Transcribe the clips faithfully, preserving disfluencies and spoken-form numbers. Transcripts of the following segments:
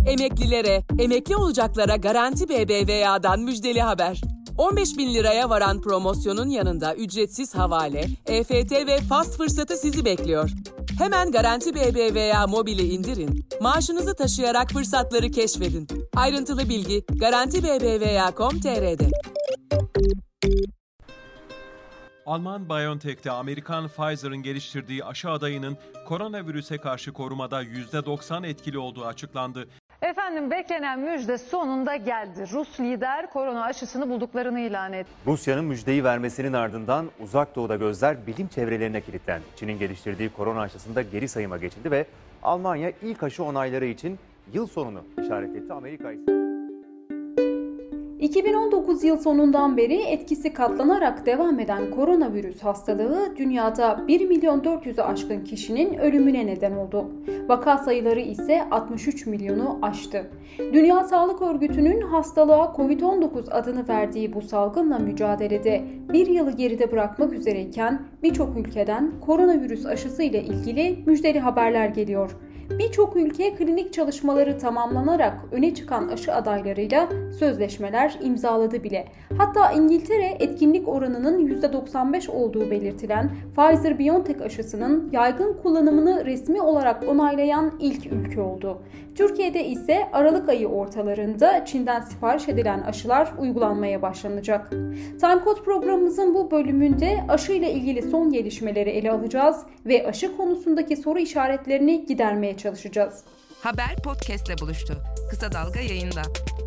Emeklilere, emekli olacaklara Garanti B B V A'dan müjdeli haber. on beş bin liraya varan promosyonun yanında ücretsiz havale, E F T ve fast fırsatı sizi bekliyor. Hemen Garanti B B V A mobili indirin, maaşınızı taşıyarak fırsatları keşfedin. Ayrıntılı bilgi garanti b b v a nokta com nokta t r'de. Alman BioNTech'te Amerikan Pfizer'ın geliştirdiği aşı adayının koronavirüse karşı korumada yüzde doksan etkili olduğu açıklandı. Efendim beklenen müjde sonunda geldi. Rus lider korona aşısını bulduklarını ilan etti. Rusya'nın müjdeyi vermesinin ardından uzak doğuda gözler bilim çevrelerine kilitlendi. Çin'in geliştirdiği korona aşısında geri sayıma geçildi ve Almanya ilk aşı onayları için yıl sonunu işaret etti. Amerika ise... iki bin on dokuz yıl sonundan beri etkisi katlanarak devam eden koronavirüs hastalığı dünyada bir milyon dört yüzü aşkın kişinin ölümüne neden oldu. Vaka sayıları ise altmış üç milyonu aştı. Dünya Sağlık Örgütü'nün hastalığa kovid on dokuz adını verdiği bu salgınla mücadelede bir yılı geride bırakmak üzereyken birçok ülkeden koronavirüs aşısı ile ilgili müjdeli haberler geliyor. Birçok ülke klinik çalışmaları tamamlanarak öne çıkan aşı adaylarıyla sözleşmeler imzaladı bile. Hatta İngiltere etkinlik oranının yüzde doksan beş olduğu belirtilen Pfizer-BioNTech aşısının yaygın kullanımını resmi olarak onaylayan ilk ülke oldu. Türkiye'de ise Aralık ayı ortalarında Çin'den sipariş edilen aşılar uygulanmaya başlanacak. Timecode programımızın bu bölümünde aşı ile ilgili son gelişmeleri ele alacağız ve aşı konusundaki soru işaretlerini gidermeye çalışacağız. Haber podcastle buluştu. Kısa Dalga yayında.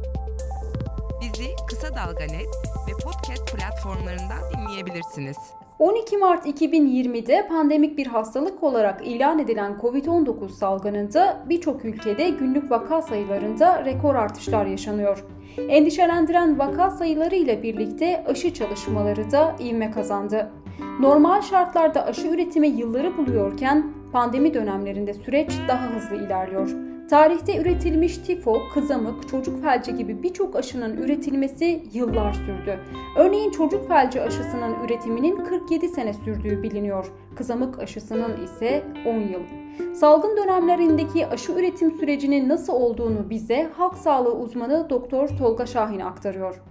Bizi Kısa Dalga Net ve podcast platformlarından dinleyebilirsiniz. on iki Mart iki bin yirmide pandemik bir hastalık olarak ilan edilen kovid on dokuz salgınında birçok ülkede günlük vaka sayılarında rekor artışlar yaşanıyor. Endişelendiren vaka sayıları ile birlikte aşı çalışmaları da ivme kazandı. Normal şartlarda aşı üretimi yılları buluyorken pandemi dönemlerinde süreç daha hızlı ilerliyor. Tarihte üretilmiş tifo, kızamık, çocuk felci gibi birçok aşının üretilmesi yıllar sürdü. Örneğin çocuk felci aşısının üretiminin kırk yedi sene sürdüğü biliniyor. Kızamık aşısının ise on yıl. Salgın dönemlerindeki aşı üretim sürecinin nasıl olduğunu bize halk sağlığı uzmanı Doktor Tolga Şahin aktarıyor.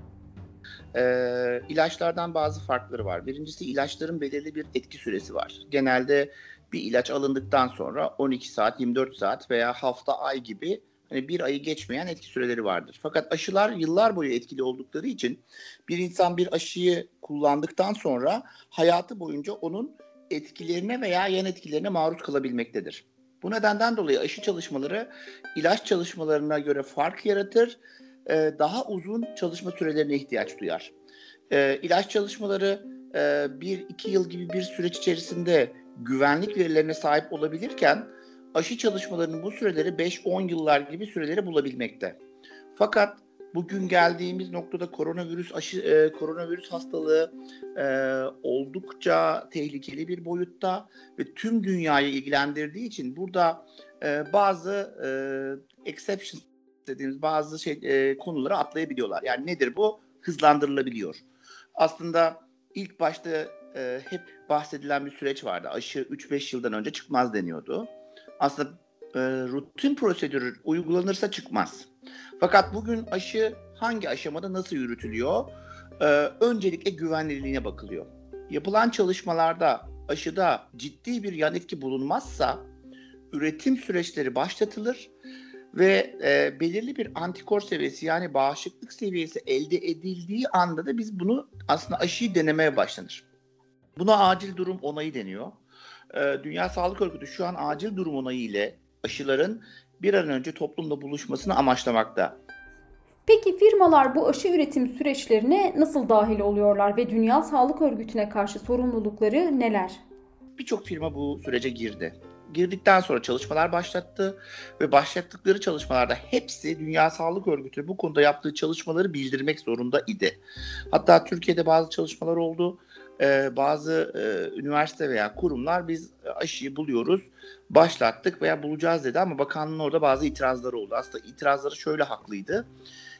Ee, ilaçlardan bazı farkları var. Birincisi ilaçların belirli bir etki süresi var. Genelde bir ilaç alındıktan sonra on iki saat, yirmi dört saat veya hafta, ay gibi hani bir ayı geçmeyen etki süreleri vardır. Fakat aşılar yıllar boyu etkili oldukları için bir insan bir aşıyı kullandıktan sonra hayatı boyunca onun etkilerine veya yan etkilerine maruz kalabilmektedir. Bu nedenden dolayı aşı çalışmaları ilaç çalışmalarına göre fark yaratır, daha uzun çalışma sürelerine ihtiyaç duyar. İlaç çalışmaları bir iki yıl gibi bir süreç içerisinde güvenlik verilerine sahip olabilirken aşı çalışmalarının bu süreleri beş on yıllar gibi süreleri bulabilmekte. Fakat bugün geldiğimiz noktada koronavirüs aşı e, koronavirüs hastalığı e, oldukça tehlikeli bir boyutta ve tüm dünyayı ilgilendirdiği için burada e, bazı e, exceptions dediğimiz bazı şey e, konuları atlayabiliyorlar. Yani nedir bu? Hızlandırılabiliyor. Aslında ilk başta e, hep bahsedilen bir süreç vardı. Aşı üç beş yıldan önce çıkmaz deniyordu. Aslında e, rutin prosedür uygulanırsa çıkmaz. Fakat bugün aşı hangi aşamada nasıl yürütülüyor? Ee, öncelikle güvenilirliğine bakılıyor. Yapılan çalışmalarda aşıda ciddi bir yan etki bulunmazsa üretim süreçleri başlatılır ve e, belirli bir antikor seviyesi yani bağışıklık seviyesi elde edildiği anda da biz bunu aslında aşıyı denemeye başlanır. Buna acil durum onayı deniyor. Ee, Dünya Sağlık Örgütü şu an acil durum onayı ile aşıların bir an önce toplumda buluşmasını amaçlamakta. Peki firmalar bu aşı üretim süreçlerine nasıl dahil oluyorlar ve Dünya Sağlık Örgütü'ne karşı sorumlulukları neler? Birçok firma bu sürece girdi. Girdikten sonra çalışmalar başlattı ve başlattıkları çalışmalarda hepsi Dünya Sağlık Örgütü bu konuda yaptığı çalışmaları bildirmek zorunda idi. Hatta Türkiye'de bazı çalışmalar oldu. Ee, bazı e, üniversite veya kurumlar biz aşıyı buluyoruz, başlattık veya bulacağız dedi ama bakanlığın orada bazı itirazları oldu. Aslında itirazları şöyle haklıydı.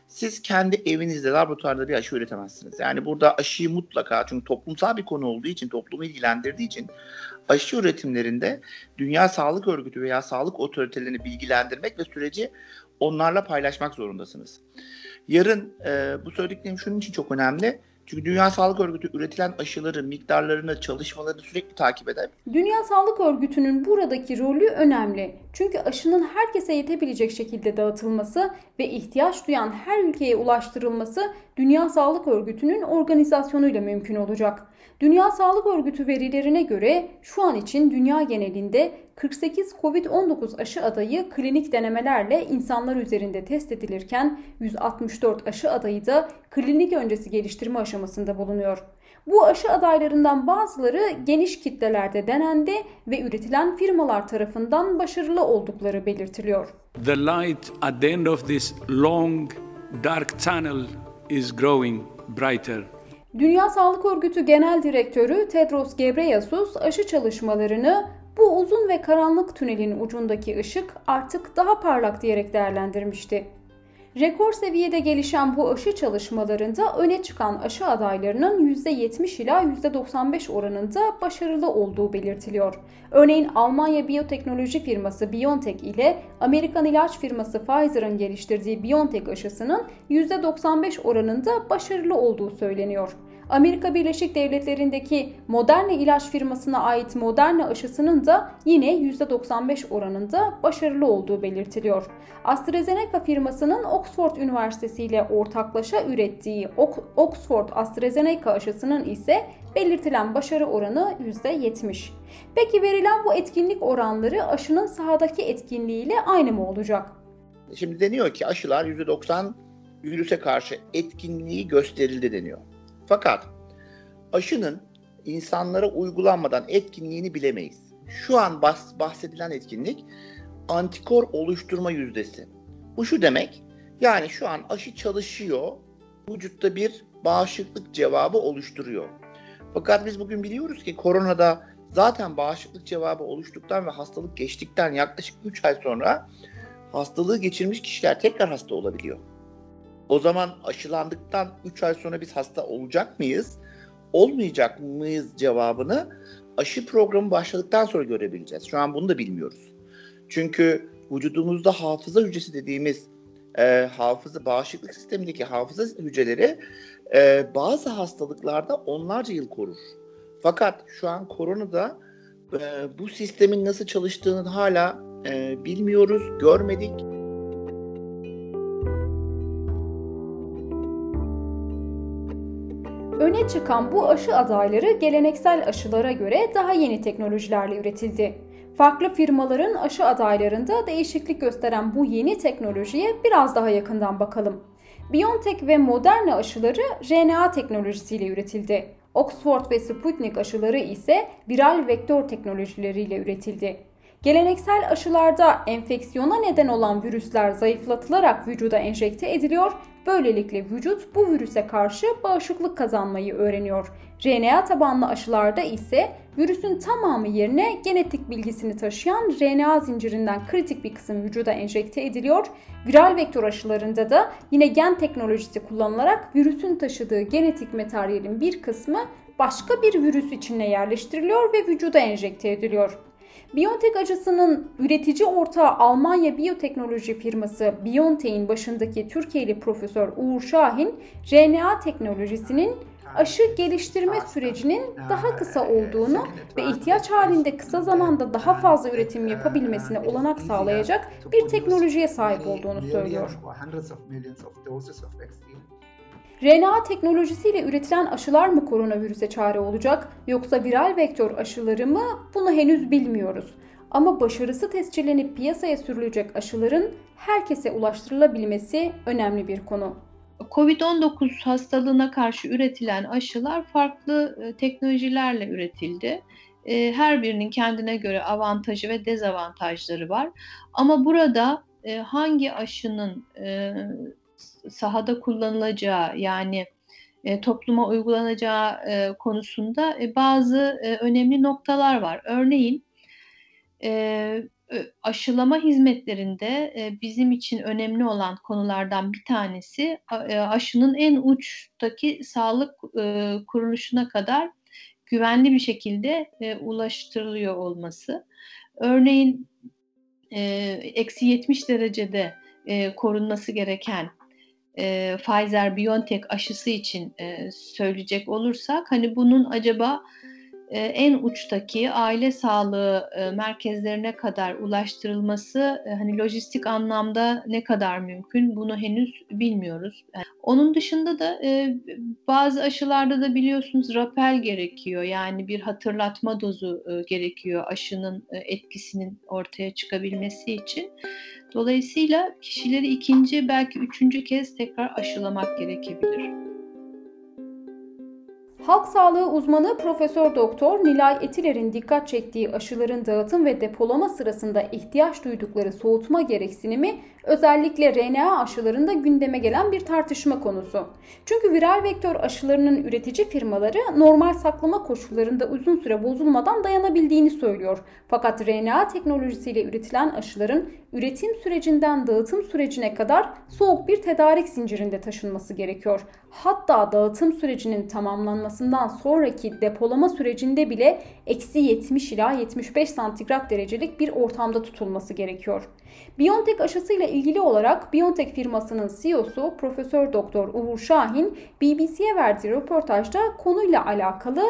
Siz kendi evinizde, laboratuvarda bir aşı üretemezsiniz. Yani burada aşıyı mutlaka, çünkü toplumsal bir konu olduğu için, toplumu ilgilendirdiği için aşı üretimlerinde Dünya Sağlık Örgütü veya sağlık otoritelerini bilgilendirmek ve süreci onlarla paylaşmak zorundasınız. Yarın e, bu söylediklerim şunun için çok önemli. Çünkü Dünya Sağlık Örgütü üretilen aşıların miktarlarını, çalışmalarını sürekli takip eder. Dünya Sağlık Örgütü'nün buradaki rolü önemli. Çünkü aşının herkese yetebilecek şekilde dağıtılması ve ihtiyaç duyan her ülkeye ulaştırılması Dünya Sağlık Örgütü'nün organizasyonuyla mümkün olacak. Dünya Sağlık Örgütü verilerine göre şu an için dünya genelinde kırk sekiz kovid on dokuz aşı adayı klinik denemelerle insanlar üzerinde test edilirken yüz altmış dört aşı adayı da klinik öncesi geliştirme aşamasında bulunuyor. Bu aşı adaylarından bazıları geniş kitlelerde denendi ve üretilen firmalar tarafından başarılı oldukları belirtiliyor. The light at the end of this long dark tunnel is growing brighter. Dünya Sağlık Örgütü Genel Direktörü Tedros Ghebreyesus aşı çalışmalarını bu uzun ve karanlık tünelin ucundaki ışık artık daha parlak diyerek değerlendirmişti. Rekor seviyede gelişen bu aşı çalışmalarında öne çıkan aşı adaylarının yüzde yetmiş ila yüzde doksan beş oranında başarılı olduğu belirtiliyor. Örneğin Almanya biyoteknoloji firması BioNTech ile Amerikan ilaç firması Pfizer'ın geliştirdiği BioNTech aşısının yüzde doksan beş oranında başarılı olduğu söyleniyor. Amerika Birleşik Devletleri'ndeki Moderna ilaç firmasına ait Moderna aşısının da yine yüzde doksan beş oranında başarılı olduğu belirtiliyor. AstraZeneca firmasının Oxford Üniversitesi ile ortaklaşa ürettiği Oxford AstraZeneca aşısının ise belirtilen başarı oranı yüzde yetmiş. Peki verilen bu etkinlik oranları aşının sahadaki etkinliğiyle aynı mı olacak? Şimdi deniyor ki aşılar yüzde doksan virüse karşı etkinliği gösterildi deniyor. Fakat aşının insanlara uygulanmadan etkinliğini bilemeyiz. Şu an bahsedilen etkinlik antikor oluşturma yüzdesi. Bu şu demek, yani şu an aşı çalışıyor, vücutta bir bağışıklık cevabı oluşturuyor. Fakat biz bugün biliyoruz ki koronada zaten bağışıklık cevabı oluştuktan ve hastalık geçtikten yaklaşık üç ay sonra hastalığı geçirmiş kişiler tekrar hasta olabiliyor. O zaman aşılandıktan üç ay sonra biz hasta olacak mıyız, olmayacak mıyız cevabını aşı programı başladıktan sonra görebileceğiz. Şu an bunu da bilmiyoruz. Çünkü vücudumuzda hafıza hücresi dediğimiz e, hafıza, bağışıklık sistemindeki hafıza hücreleri e, bazı hastalıklarda onlarca yıl korur. Fakat şu an koronada e, bu sistemin nasıl çalıştığını hala e, bilmiyoruz, görmedik. Öne çıkan bu aşı adayları geleneksel aşılara göre daha yeni teknolojilerle üretildi. Farklı firmaların aşı adaylarında değişiklik gösteren bu yeni teknolojiye biraz daha yakından bakalım. BioNTech ve Moderna aşıları R N A teknolojisiyle üretildi. Oxford ve Sputnik aşıları ise viral vektör teknolojileriyle üretildi. Geleneksel aşılarda enfeksiyona neden olan virüsler zayıflatılarak vücuda enjekte ediliyor. Böylelikle vücut bu virüse karşı bağışıklık kazanmayı öğreniyor. R N A tabanlı aşılarda ise virüsün tamamı yerine genetik bilgisini taşıyan R N A zincirinden kritik bir kısım vücuda enjekte ediliyor. Viral vektör aşılarında da yine gen teknolojisi kullanılarak virüsün taşıdığı genetik materyalin bir kısmı başka bir virüs içine yerleştiriliyor ve vücuda enjekte ediliyor. BioNTech aşısının üretici ortağı Almanya biyoteknoloji firması BioNTech'in başındaki Türkiye'li Profesör Uğur Şahin, R N A teknolojisinin aşı geliştirme sürecinin daha kısa olduğunu ve ihtiyaç halinde kısa zamanda daha fazla üretim yapabilmesine olanak sağlayacak bir teknolojiye sahip olduğunu söylüyor. R N A teknolojisiyle üretilen aşılar mı koronavirüse çare olacak yoksa viral vektör aşıları mı, bunu henüz bilmiyoruz. Ama başarısı tescillenip piyasaya sürülecek aşıların herkese ulaştırılabilmesi önemli bir konu. kovid on dokuz hastalığına karşı üretilen aşılar farklı teknolojilerle üretildi. Her birinin kendine göre avantajı ve dezavantajları var. Ama burada hangi aşının sahada kullanılacağı, yani e, topluma uygulanacağı e, konusunda e, bazı e, önemli noktalar var. Örneğin e, aşılama hizmetlerinde bizim için önemli olan konulardan bir tanesi aşının en uçtaki sağlık kuruluşuna kadar güvenli bir şekilde ulaştırılıyor olması. Örneğin eksi yetmiş derecede korunması gereken Pfizer-BioNTech aşısı için söyleyecek olursak, hani bunun acaba en uçtaki aile sağlığı merkezlerine kadar ulaştırılması hani lojistik anlamda ne kadar mümkün, bunu henüz bilmiyoruz. Onun dışında da bazı aşılarda da biliyorsunuz rapel gerekiyor, yani bir hatırlatma dozu gerekiyor aşının etkisinin ortaya çıkabilmesi için. Dolayısıyla kişileri ikinci, belki üçüncü kez tekrar aşılamak gerekebilir. Halk sağlığı uzmanı Profesör Doktor Nilay Etiler'in dikkat çektiği aşıların dağıtım ve depolama sırasında ihtiyaç duydukları soğutma gereksinimi özellikle R N A aşılarında gündeme gelen bir tartışma konusu. Çünkü viral vektör aşılarının üretici firmaları normal saklama koşullarında uzun süre bozulmadan dayanabildiğini söylüyor. Fakat R N A teknolojisiyle üretilen aşıların üretim sürecinden dağıtım sürecine kadar soğuk bir tedarik zincirinde taşınması gerekiyor. Hatta dağıtım sürecinin tamamlanmasından sonraki depolama sürecinde bile eksi yetmiş ila yetmiş beş santigrat derecelik bir ortamda tutulması gerekiyor. BioNTech aşısıyla ilgili olarak BioNTech firmasının C E O'su Profesör Doktor Uğur Şahin B B C'ye verdiği röportajda konuyla alakalı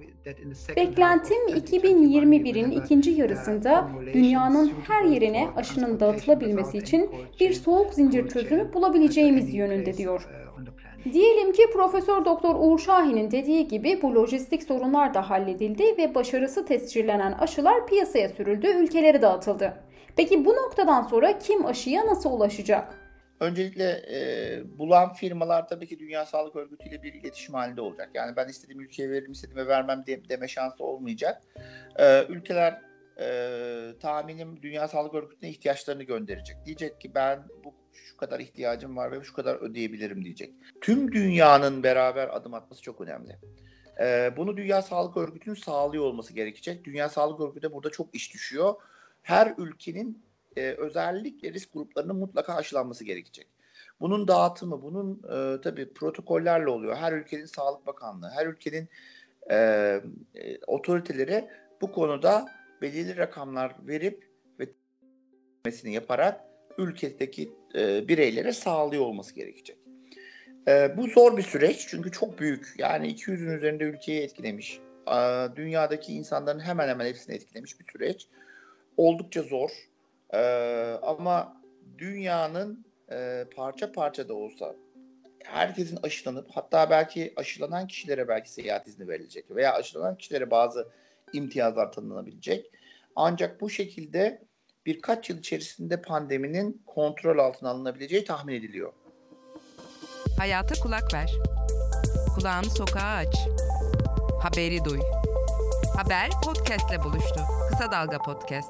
"Beklentim iki bin yirmi birin ikinci yarısında dünyanın her yerine aşının dağıtılabilmesi için bir soğuk zincir çözümü bulabileceğimiz yönünde" diyor. Diyelim ki Profesör Doktor Uğur Şahin'in dediği gibi bu lojistik sorunlar da halledildi ve başarısı tescillenen aşılar piyasaya sürüldü, ülkelere dağıtıldı. Peki bu noktadan sonra kim aşıya nasıl ulaşacak? Öncelikle e, bulan firmalar tabii ki Dünya Sağlık Örgütü ile bir iletişim halinde olacak. Yani ben istediğim ülkeye veririm, istediğime vermem de, deme şansı olmayacak. E, ülkeler e, tahminim Dünya Sağlık Örgütü'ne ihtiyaçlarını gönderecek. Diyecek ki ben bu şu kadar ihtiyacım var ve şu kadar ödeyebilirim diyecek. Tüm dünyanın beraber adım atması çok önemli. E, bunu Dünya Sağlık Örgütü'nün sağlıyor olması gerekecek. Dünya Sağlık Örgütü de burada çok iş düşüyor. Her ülkenin e, özellikle risk gruplarının mutlaka aşılanması gerekecek. Bunun dağıtımı, bunun e, tabii protokollerle oluyor. Her ülkenin Sağlık Bakanlığı, her ülkenin e, e, otoriteleri bu konuda belirli rakamlar verip ve mesini yaparak ülkedeki e, bireylere sağlıyor olması gerekecek. E, bu zor bir süreç çünkü çok büyük. Yani iki yüzün üzerinde ülkeyi etkilemiş. E, dünyadaki insanların hemen hemen hepsini etkilemiş bir süreç. Oldukça zor. E, ama dünyanın e, parça parça da olsa herkesin aşılanıp, hatta belki aşılanan kişilere belki seyahat izni verilecek veya aşılanan kişilere bazı imtiyazlar tanınabilecek. Ancak bu şekilde birkaç yıl içerisinde pandeminin kontrol altına alınabileceği tahmin ediliyor. Hayata kulak ver. Kulağını sokağa aç. Haberi duy. Haber podcastle buluştu. Kısa Dalga Podcast.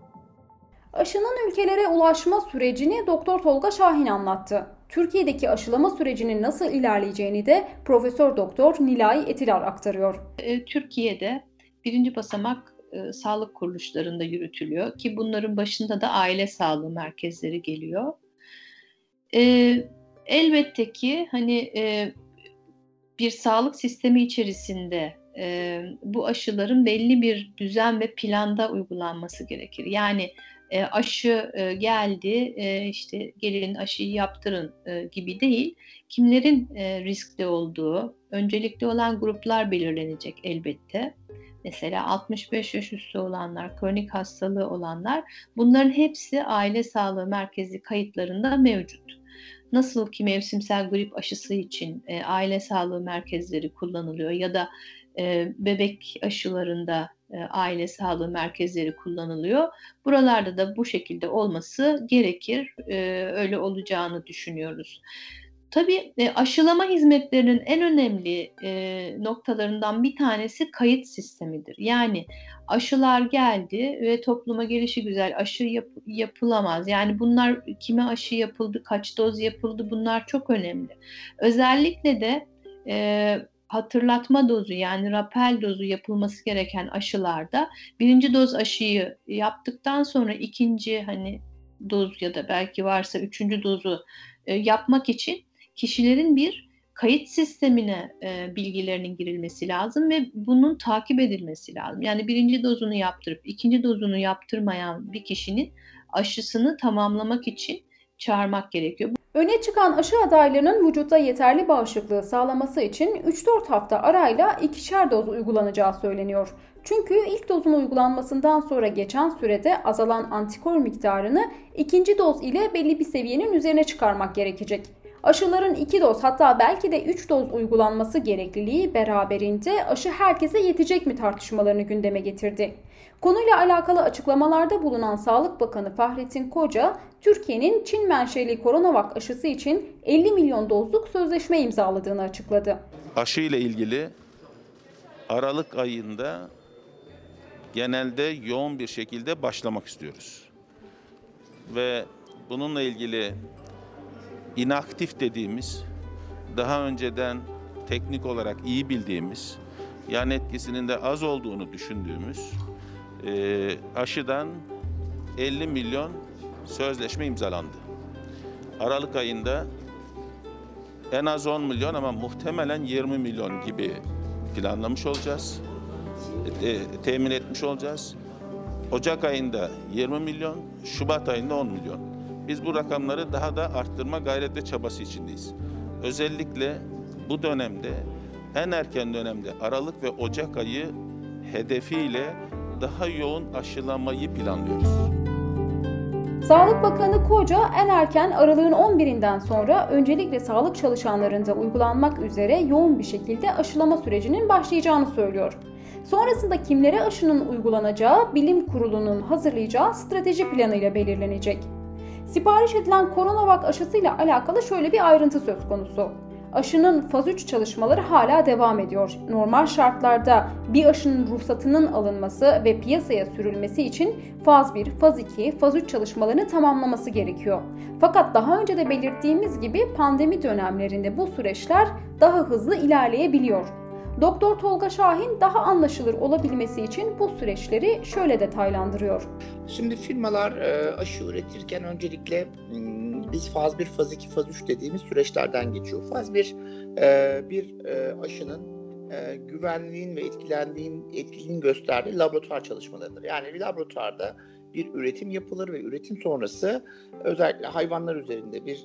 Aşının ülkelere ulaşma sürecini Doktor Tolga Şahin anlattı. Türkiye'deki aşılama sürecinin nasıl ilerleyeceğini de Profesör Doktor Nilay Etiler aktarıyor. Türkiye'de birinci basamak e, sağlık kuruluşlarında yürütülüyor ki bunların başında da aile sağlığı merkezleri geliyor. E, elbette ki hani e, bir sağlık sistemi içerisinde e, bu aşıların belli bir düzen ve planda uygulanması gerekir. Yani e, aşı e, geldi, e, işte gelin aşıyı yaptırın e, gibi değil. Kimlerin e, riskli olduğu, öncelikli olan gruplar belirlenecek elbette. Mesela altmış beş yaş üstü olanlar, kronik hastalığı olanlar, bunların hepsi aile sağlığı merkezi kayıtlarında mevcut. Nasıl ki mevsimsel grip aşısı için e, aile sağlığı merkezleri kullanılıyor ya da e, bebek aşılarında e, aile sağlığı merkezleri kullanılıyor. Buralarda da bu şekilde olması gerekir. E, öyle olacağını düşünüyoruz. Tabii e, aşılama hizmetlerinin en önemli e, noktalarından bir tanesi kayıt sistemidir. Yani aşılar geldi ve topluma gelişigüzel aşı yap, yapılamaz. Yani bunlar kime aşı yapıldı, kaç doz yapıldı, bunlar çok önemli. Özellikle de e, hatırlatma dozu yani rapel dozu yapılması gereken aşılarda birinci doz aşıyı yaptıktan sonra ikinci hani doz ya da belki varsa üçüncü dozu e, yapmak için kişilerin bir kayıt sistemine e, bilgilerinin girilmesi lazım ve bunun takip edilmesi lazım. Yani birinci dozunu yaptırıp ikinci dozunu yaptırmayan bir kişinin aşısını tamamlamak için çağırmak gerekiyor. Öne çıkan aşı adaylarının vücutta yeterli bağışıklığı sağlaması için üç dört hafta arayla ikişer doz uygulanacağı söyleniyor. Çünkü ilk dozun uygulanmasından sonra geçen sürede azalan antikor miktarını ikinci doz ile belli bir seviyenin üzerine çıkarmak gerekecek. Aşıların iki doz hatta belki de üç doz uygulanması gerekliliği beraberinde aşı herkese yetecek mi tartışmalarını gündeme getirdi. Konuyla alakalı açıklamalarda bulunan Sağlık Bakanı Fahrettin Koca, Türkiye'nin Çin menşeli Coronavac aşısı için elli milyon dozluk sözleşme imzaladığını açıkladı. Aşı ile ilgili Aralık ayında genelde yoğun bir şekilde başlamak istiyoruz. Ve bununla ilgili inaktif dediğimiz, daha önceden teknik olarak iyi bildiğimiz, yan etkisinin de az olduğunu düşündüğümüz e, aşıdan elli milyon sözleşme imzalandı. Aralık ayında en az on milyon ama muhtemelen yirmi milyon gibi planlamış olacağız, e, temin etmiş olacağız. Ocak ayında yirmi milyon, Şubat ayında on milyon. Biz bu rakamları daha da arttırma gayret ve çabası içindeyiz. Özellikle bu dönemde, en erken dönemde Aralık ve Ocak ayı hedefiyle daha yoğun aşılamayı planlıyoruz. Sağlık Bakanı Koca en erken Aralık'ın on birinden sonra öncelikle sağlık çalışanlarında uygulanmak üzere yoğun bir şekilde aşılama sürecinin başlayacağını söylüyor. Sonrasında kimlere aşının uygulanacağı bilim kurulunun hazırlayacağı strateji planıyla belirlenecek. Sipariş edilen Coronavac aşısıyla alakalı şöyle bir ayrıntı söz konusu. Aşının faz üç çalışmaları hala devam ediyor. Normal şartlarda bir aşının ruhsatının alınması ve piyasaya sürülmesi için faz bir, faz iki, faz üç çalışmalarını tamamlaması gerekiyor. Fakat daha önce de belirttiğimiz gibi pandemi dönemlerinde bu süreçler daha hızlı ilerleyebiliyor. Doktor Tolga Şahin daha anlaşılır olabilmesi için bu süreçleri şöyle detaylandırıyor. Şimdi firmalar aşı üretirken öncelikle biz faz bir, faz iki, faz üç dediğimiz süreçlerden geçiyor. Faz bir, bir aşının güvenliğin ve etkilendiğin, etkiliğini gösterdiği laboratuvar çalışmalarıdır. Yani bir laboratuvarda bir üretim yapılır ve üretim sonrası özellikle hayvanlar üzerinde bir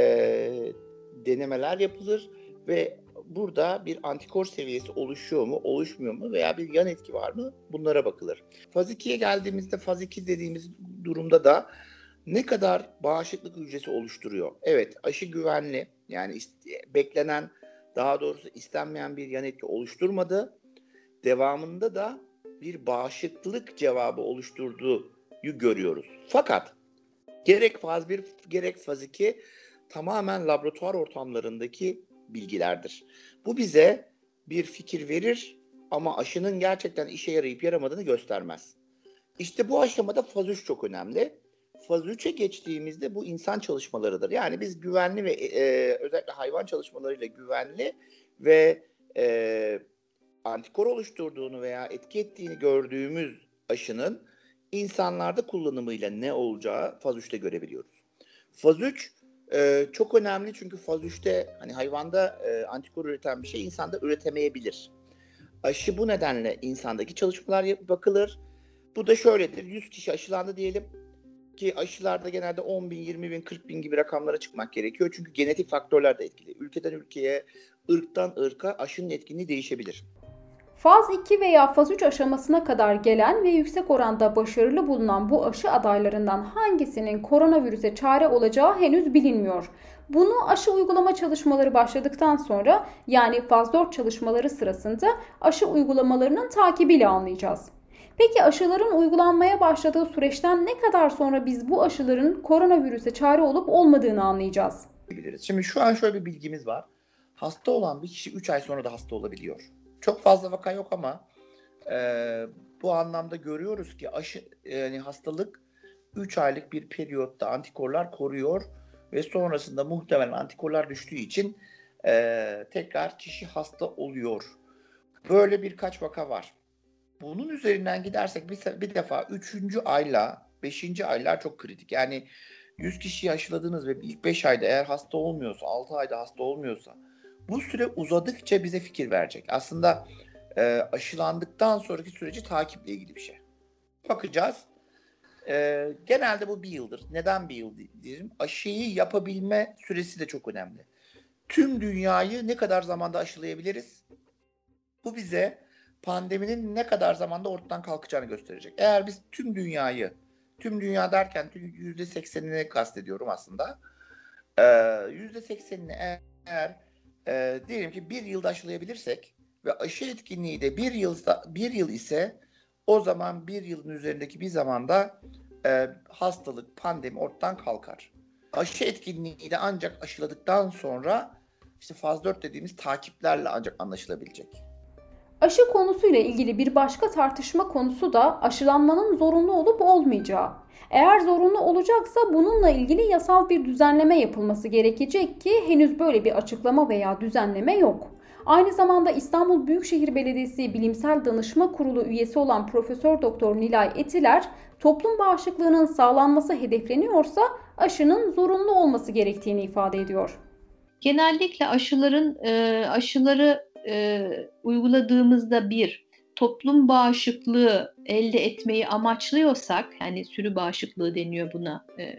denemeler yapılır ve burada bir antikor seviyesi oluşuyor mu, oluşmuyor mu veya bir yan etki var mı? Bunlara bakılır. Faz ikiye geldiğimizde faz iki dediğimiz durumda da ne kadar bağışıklık hücresi oluşturuyor? Evet, aşı güvenli. Yani beklenen, daha doğrusu istenmeyen bir yan etki oluşturmadı. Devamında da bir bağışıklık cevabı oluşturduğu görüyoruz. Fakat gerek faz bir, gerek faz iki tamamen laboratuvar ortamlarındaki bilgilerdir. Bu bize bir fikir verir ama aşının gerçekten işe yarayıp yaramadığını göstermez. İşte bu aşamada faz üç çok önemli. Faz üçe geçtiğimizde bu insan çalışmalarıdır. Yani biz güvenli ve e, özellikle hayvan çalışmalarıyla güvenli ve e, antikor oluşturduğunu veya etki ettiğini gördüğümüz aşının insanlarda kullanımıyla ne olacağı faz üçte görebiliyoruz. Faz üç Ee, çok önemli çünkü faz üçte hani hayvanda e, antikor üreten bir şey insanda üretemeyebilir. Aşı bu nedenle insandaki çalışmalar bakılır. Bu da şöyledir. yüz kişi aşılandı diyelim ki aşılarda genelde on bin, yirmi bin, kırk bin gibi rakamlara çıkmak gerekiyor. Çünkü genetik faktörler de etkili. Ülkeden ülkeye, ırktan ırka aşının etkinliği değişebilir. Faz iki veya faz üç aşamasına kadar gelen ve yüksek oranda başarılı bulunan bu aşı adaylarından hangisinin koronavirüse çare olacağı henüz bilinmiyor. Bunu aşı uygulama çalışmaları başladıktan sonra yani faz dört çalışmaları sırasında aşı uygulamalarının takibiyle anlayacağız. Peki aşıların uygulanmaya başladığı süreçten ne kadar sonra biz bu aşıların koronavirüse çare olup olmadığını anlayacağız? Şimdi şu an şöyle bir bilgimiz var. Hasta olan bir kişi üç ay sonra da hasta olabiliyor. Çok fazla vaka yok ama e, bu anlamda görüyoruz ki aşı yani hastalık üç aylık bir periyotta antikorlar koruyor ve sonrasında muhtemelen antikorlar düştüğü için e, tekrar kişi hasta oluyor. Böyle birkaç vaka var. Bunun üzerinden gidersek bir, bir defa üçüncü ayla beşinci aylar çok kritik. Yani yüz kişiyi aşıladınız ve ilk beş ayda eğer hasta olmuyorsa, altı ayda hasta olmuyorsa bu süre uzadıkça bize fikir verecek. Aslında e, aşılandıktan sonraki süreci takiple ilgili bir şey. Bakacağız. E, genelde bu bir yıldır. Neden bir yıl diyelim? Aşıyı yapabilme süresi de çok önemli. Tüm dünyayı ne kadar zamanda aşılayabiliriz? Bu bize pandeminin ne kadar zamanda ortadan kalkacağını gösterecek. Eğer biz tüm dünyayı, tüm dünya derken yüzde seksenini kastediyorum aslında. Yüzde seksenini eğer e, diyelim ki bir yılda aşılayabilirsek ve aşı etkinliği de bir yılda bir yıl ise o zaman bir yılın üzerindeki bir zamanda e, hastalık, pandemi ortadan kalkar. Aşı etkinliği de ancak aşıladıktan sonra işte faz dört dediğimiz takiplerle ancak anlaşılabilecek. Aşı konusuyla ilgili bir başka tartışma konusu da aşılanmanın zorunlu olup olmayacağı. Eğer zorunlu olacaksa bununla ilgili yasal bir düzenleme yapılması gerekecek ki henüz böyle bir açıklama veya düzenleme yok. Aynı zamanda İstanbul Büyükşehir Belediyesi Bilimsel Danışma Kurulu üyesi olan Profesör Doktor Nilay Etiler, toplum bağışıklığının sağlanması hedefleniyorsa aşının zorunlu olması gerektiğini ifade ediyor. Genellikle aşıların e, aşıları e, uyguladığımızda bir toplum bağışıklığı elde etmeyi amaçlıyorsak, yani sürü bağışıklığı deniyor buna. E,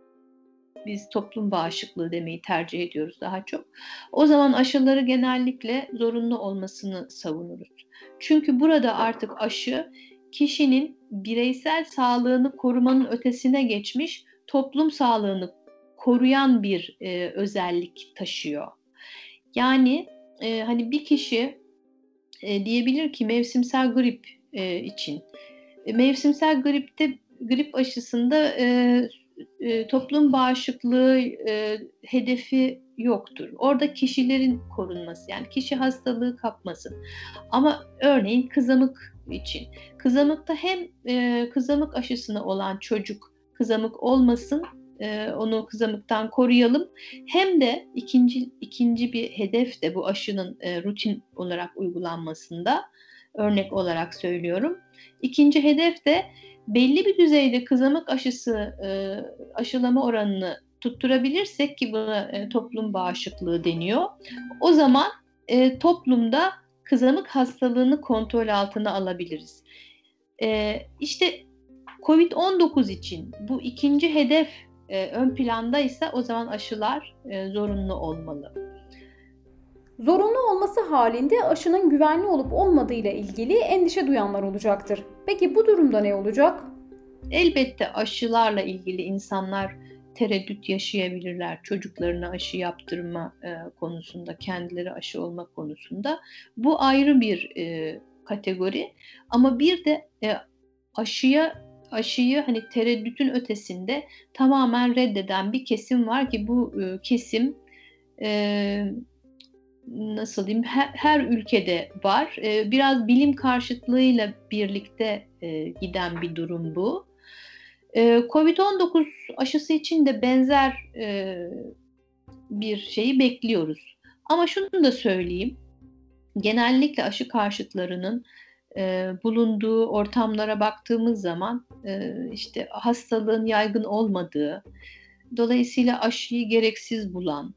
biz toplum bağışıklığı demeyi tercih ediyoruz daha çok. O zaman aşıları genellikle zorunlu olmasını savunuruz. Çünkü burada artık aşı kişinin bireysel sağlığını korumanın ötesine geçmiş, toplum sağlığını koruyan bir e, özellik taşıyor. Yani e, hani bir kişi e, diyebilir ki mevsimsel grip e, için. E, mevsimsel gripte grip aşısında e, e, toplum bağışıklığı e, hedefi yoktur. Orada kişilerin korunması, yani kişi hastalığı kapmasın. Ama örneğin kızamık için. Kızamıkta hem e, kızamık aşısına olan çocuk kızamık olmasın, e, onu kızamıktan koruyalım. Hem de ikinci ikinci bir hedef de bu aşının e, rutin olarak uygulanmasında, örnek olarak söylüyorum. İkinci hedef de belli bir düzeyde kızamık aşısı e, aşılama oranını tutturabilirsek, ki buna e, toplum bağışıklığı deniyor. O zaman e, toplumda kızamık hastalığını kontrol altına alabiliriz. E, işte kovid on dokuz için bu ikinci hedef e, ön plandaysa o zaman aşılar e, zorunlu olmalı. Zorunlu olması halinde aşının güvenli olup olmadığı ile ilgili endişe duyanlar olacaktır. Peki bu durumda ne olacak? Elbette aşılarla ilgili insanlar tereddüt yaşayabilirler. Çocuklarına aşı yaptırma e, konusunda, kendileri aşı olma konusunda. Bu ayrı bir e, kategori. Ama bir de e, aşıya aşıyı hani tereddütün ötesinde tamamen reddeden bir kesim var ki bu e, kesim e, nasıl diyeyim, her, her ülkede var. E, biraz bilim karşıtlığıyla birlikte e, giden bir durum bu. E, kovid on dokuz aşısı için de benzer e, bir şeyi bekliyoruz. Ama şunu da söyleyeyim, genellikle aşı karşıtlarının e, bulunduğu ortamlara baktığımız zaman e, işte hastalığın yaygın olmadığı, dolayısıyla aşıyı gereksiz bulan,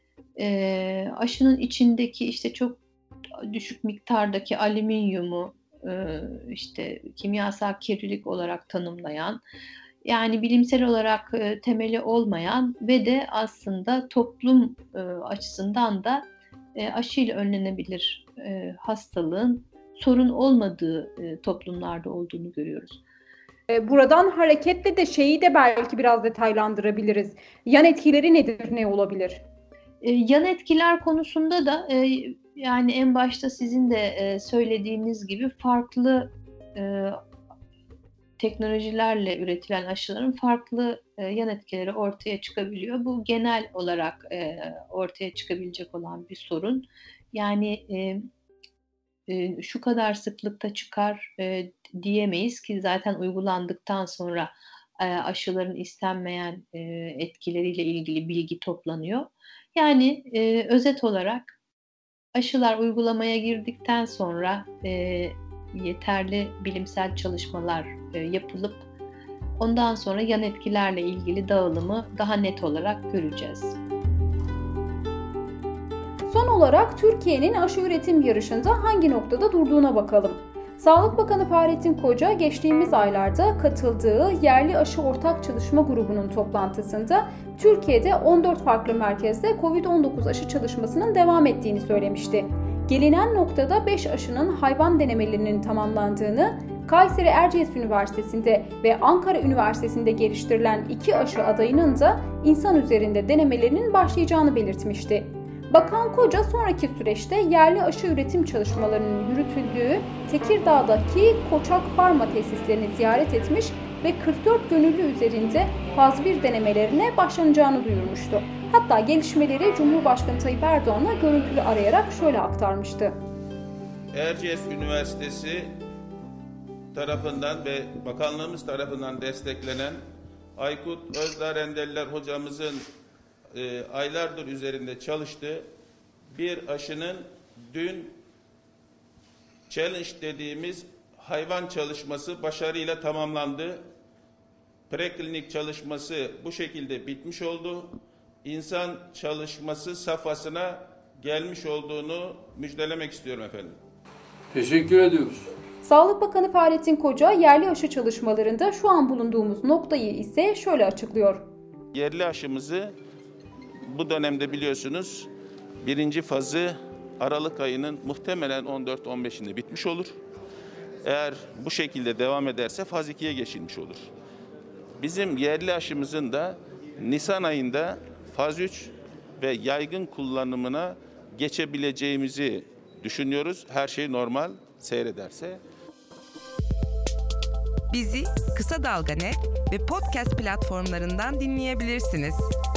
e, aşının içindeki işte çok düşük miktardaki alüminyumu e, işte kimyasal kirlilik olarak tanımlayan, yani bilimsel olarak e, temeli olmayan ve de aslında toplum e, açısından da e, aşıyla önlenebilir e, hastalığın sorun olmadığı e, toplumlarda olduğunu görüyoruz. Buradan hareketle de şeyi de belki biraz detaylandırabiliriz. Yan etkileri nedir, ne olabilir? E, yan etkiler konusunda da e, yani en başta sizin de e, söylediğiniz gibi farklı e, teknolojilerle üretilen aşıların farklı e, yan etkileri ortaya çıkabiliyor. Bu genel olarak e, ortaya çıkabilecek olan bir sorun. Yani e, e, şu kadar sıklıkta çıkar e, diyemeyiz ki zaten uygulandıktan sonra aşıların istenmeyen etkileriyle ilgili bilgi toplanıyor. Yani özet olarak aşılar uygulamaya girdikten sonra yeterli bilimsel çalışmalar yapılıp ondan sonra yan etkilerle ilgili dağılımı daha net olarak göreceğiz. Son olarak Türkiye'nin aşı üretim yarışında hangi noktada durduğuna bakalım. Sağlık Bakanı Fahrettin Koca geçtiğimiz aylarda katıldığı yerli aşı ortak çalışma grubunun toplantısında Türkiye'de on dört farklı merkezde kovid on dokuz aşı çalışmasının devam ettiğini söylemişti. Gelinen noktada beş aşının hayvan denemelerinin tamamlandığını, Kayseri Erciyes Üniversitesi'nde ve Ankara Üniversitesi'nde geliştirilen iki aşı adayının da insan üzerinde denemelerinin başlayacağını belirtmişti. Bakan Koca sonraki süreçte yerli aşı üretim çalışmalarının yürütüldüğü Tekirdağ'daki Koçak Pharma tesislerini ziyaret etmiş ve kırk dört gönüllü üzerinde faz bir denemelerine başlanacağını duyurmuştu. Hatta gelişmeleri Cumhurbaşkanı Tayyip Erdoğan'la görüntülü arayarak şöyle aktarmıştı. Erciyes Üniversitesi tarafından ve bakanlığımız tarafından desteklenen Aykut Özdarendeliler hocamızın e, aylardır üzerinde çalıştığı bir aşının dün challenge dediğimiz hayvan çalışması başarıyla tamamlandı. Preklinik çalışması bu şekilde bitmiş oldu. İnsan çalışması safhasına gelmiş olduğunu müjdelemek istiyorum efendim. Teşekkür ediyoruz. Sağlık Bakanı Fahrettin Koca yerli aşı çalışmalarında şu an bulunduğumuz noktayı ise şöyle açıklıyor. Yerli aşımızı bu dönemde biliyorsunuz birinci fazı Aralık ayının muhtemelen on dört on beşinde bitmiş olur. Eğer bu şekilde devam ederse faz ikiye geçilmiş olur. Bizim yerli aşımızın da Nisan ayında faz üç ve yaygın kullanımına geçebileceğimizi düşünüyoruz. Her şey normal seyrederse. Bizi Kısa Dalga Net ve podcast platformlarından dinleyebilirsiniz.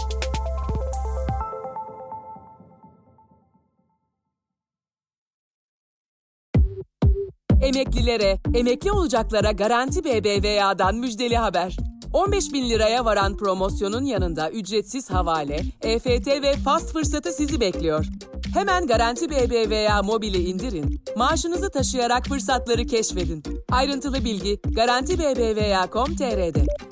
Emeklilere, emekli olacaklara Garanti B B V A'dan müjdeli haber. on beş bin liraya varan promosyonun yanında ücretsiz havale, E F T ve fast fırsatı sizi bekliyor. Hemen Garanti B B V A mobili indirin, maaşınızı taşıyarak fırsatları keşfedin. Ayrıntılı bilgi garanti b b v a nokta com nokta t r'de.